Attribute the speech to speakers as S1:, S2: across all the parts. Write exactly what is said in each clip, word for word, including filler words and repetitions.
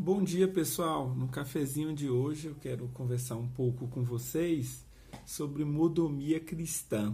S1: Bom dia, pessoal. No cafezinho de hoje eu quero conversar um pouco com vocês sobre mordomia cristã.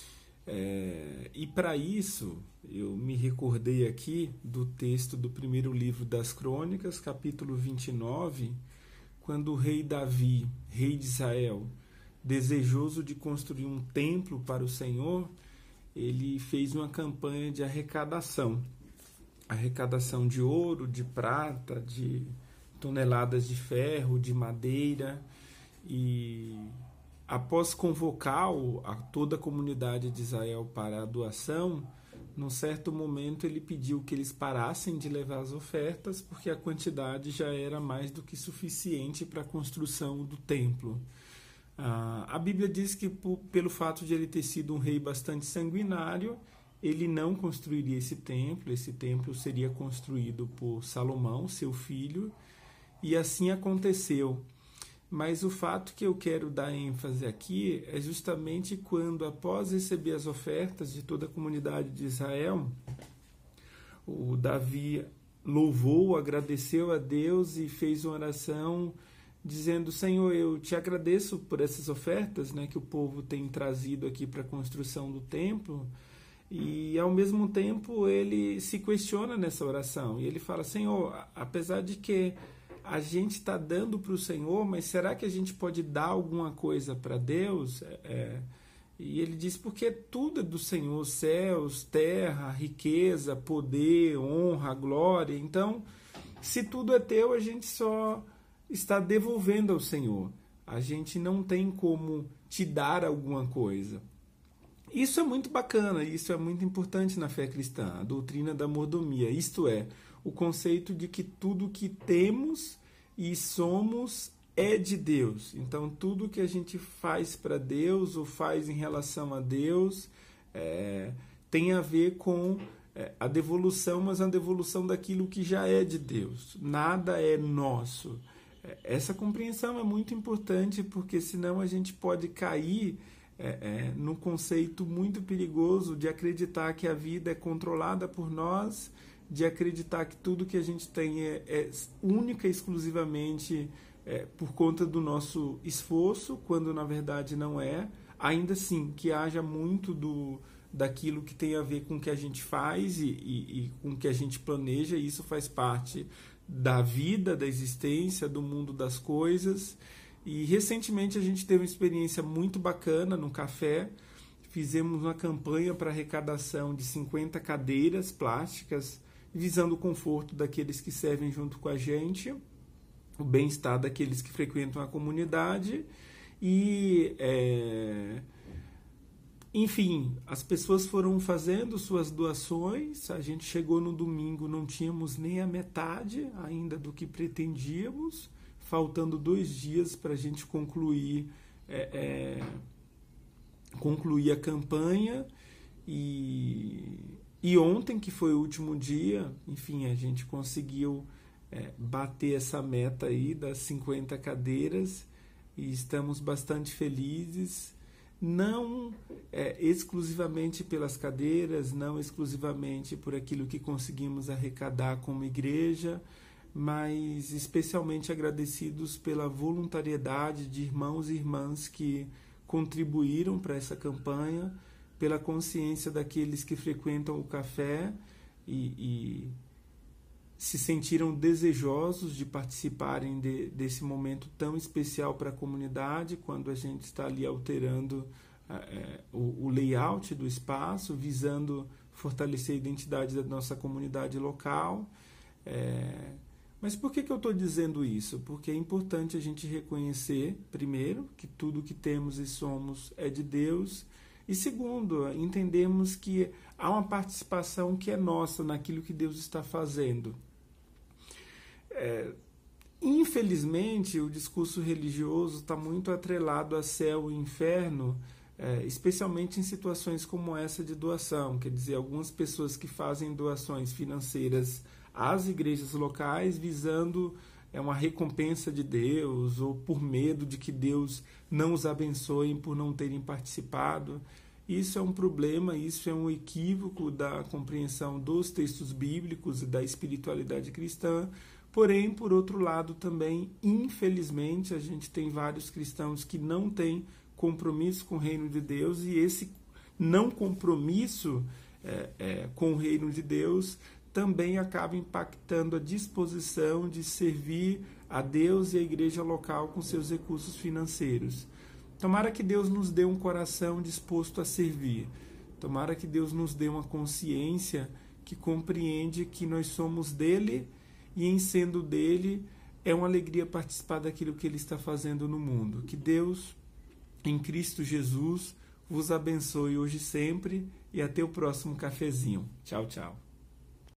S1: É, e para isso eu me recordei aqui do texto do primeiro livro das Crônicas, capítulo vinte e nove, quando o rei Davi, rei de Israel, desejoso de construir um templo para o Senhor, ele fez uma campanha de arrecadação. Arrecadação de ouro, de prata, de toneladas de ferro, de madeira. E após convocar a toda a comunidade de Israel para a doação, num certo momento ele pediu que eles parassem de levar as ofertas, porque a quantidade já era mais do que suficiente para a construção do templo. Ah, a Bíblia diz que por, pelo fato de ele ter sido um rei bastante sanguinário, ele não construiria esse templo. Esse templo seria construído por Salomão, seu filho, e assim aconteceu. Mas o fato que eu quero dar ênfase aqui é justamente quando, após receber as ofertas de toda a comunidade de Israel, o Davi louvou, agradeceu a Deus e fez uma oração dizendo: Senhor, eu te agradeço por essas ofertas, né, que o povo tem trazido aqui para a construção do templo. E ao mesmo tempo ele se questiona nessa oração e ele fala: Senhor, apesar de que a gente está dando para o Senhor, mas será que a gente pode dar alguma coisa para Deus? É, e ele diz: porque tudo é do Senhor, céus, terra, riqueza, poder, honra, glória. Então, se tudo é teu, a gente só está devolvendo ao Senhor. A gente não tem como te dar alguma coisa. Isso é muito bacana, isso é muito importante na fé cristã, a doutrina da mordomia, isto é, o conceito de que tudo que temos e somos é de Deus. Então, tudo que a gente faz para Deus ou faz em relação a Deus é, tem a ver com é, a devolução, mas a devolução daquilo que já é de Deus. Nada é nosso. Essa compreensão é muito importante, porque senão a gente pode cair É, é, num conceito muito perigoso de acreditar que a vida é controlada por nós, de acreditar que tudo que a gente tem é, é única e exclusivamente é, por conta do nosso esforço, quando na verdade não é. Ainda assim, que haja muito do, daquilo que tem a ver com o que a gente faz e, e, e com o que a gente planeja, e isso faz parte da vida, da existência, do mundo das coisas. E recentemente a gente teve uma experiência muito bacana no café. Fizemos uma campanha para arrecadação de cinquenta cadeiras plásticas, visando o conforto daqueles que servem junto com a gente, o bem-estar daqueles que frequentam a comunidade. E, é... enfim, as pessoas foram fazendo suas doações. A gente chegou no domingo, não tínhamos nem a metade ainda do que pretendíamos, faltando dois dias para a gente concluir, é, é, concluir a campanha. E, e ontem, que foi o último dia, enfim, a gente conseguiu é, bater essa meta aí das cinquenta cadeiras e estamos bastante felizes, não é, exclusivamente pelas cadeiras, não exclusivamente por aquilo que conseguimos arrecadar como igreja, mas especialmente agradecidos pela voluntariedade de irmãos e irmãs que contribuíram para essa campanha, pela consciência daqueles que frequentam o café e, e se sentiram desejosos de participarem de, desse momento tão especial para a comunidade, quando a gente está ali alterando é, o, o layout do espaço, visando fortalecer a identidade da nossa comunidade local. É, Mas por que que eu estou dizendo isso? Porque é importante a gente reconhecer, primeiro, que tudo que temos e somos é de Deus, e segundo, entendermos que há uma participação que é nossa naquilo que Deus está fazendo. É, infelizmente, o discurso religioso está muito atrelado a céu e inferno, é, especialmente em situações como essa de doação. Quer dizer, algumas pessoas que fazem doações financeiras às igrejas locais, visando é, uma recompensa de Deus, ou por medo de que Deus não os abençoe por não terem participado. Isso é um problema, isso é um equívoco da compreensão dos textos bíblicos e da espiritualidade cristã, Porém, por outro lado, também, infelizmente, a gente tem vários cristãos que não têm compromisso com o reino de Deus, e esse não compromisso é, é, com o reino de Deus também acaba impactando a disposição de servir a Deus e a igreja local com seus recursos financeiros. Tomara que Deus nos dê um coração disposto a servir. Tomara que Deus nos dê uma consciência que compreende que nós somos dele, e em sendo dele, é uma alegria participar daquilo que ele está fazendo no mundo. Que Deus, em Cristo Jesus, vos abençoe hoje e sempre, e até o próximo cafezinho. Tchau, tchau.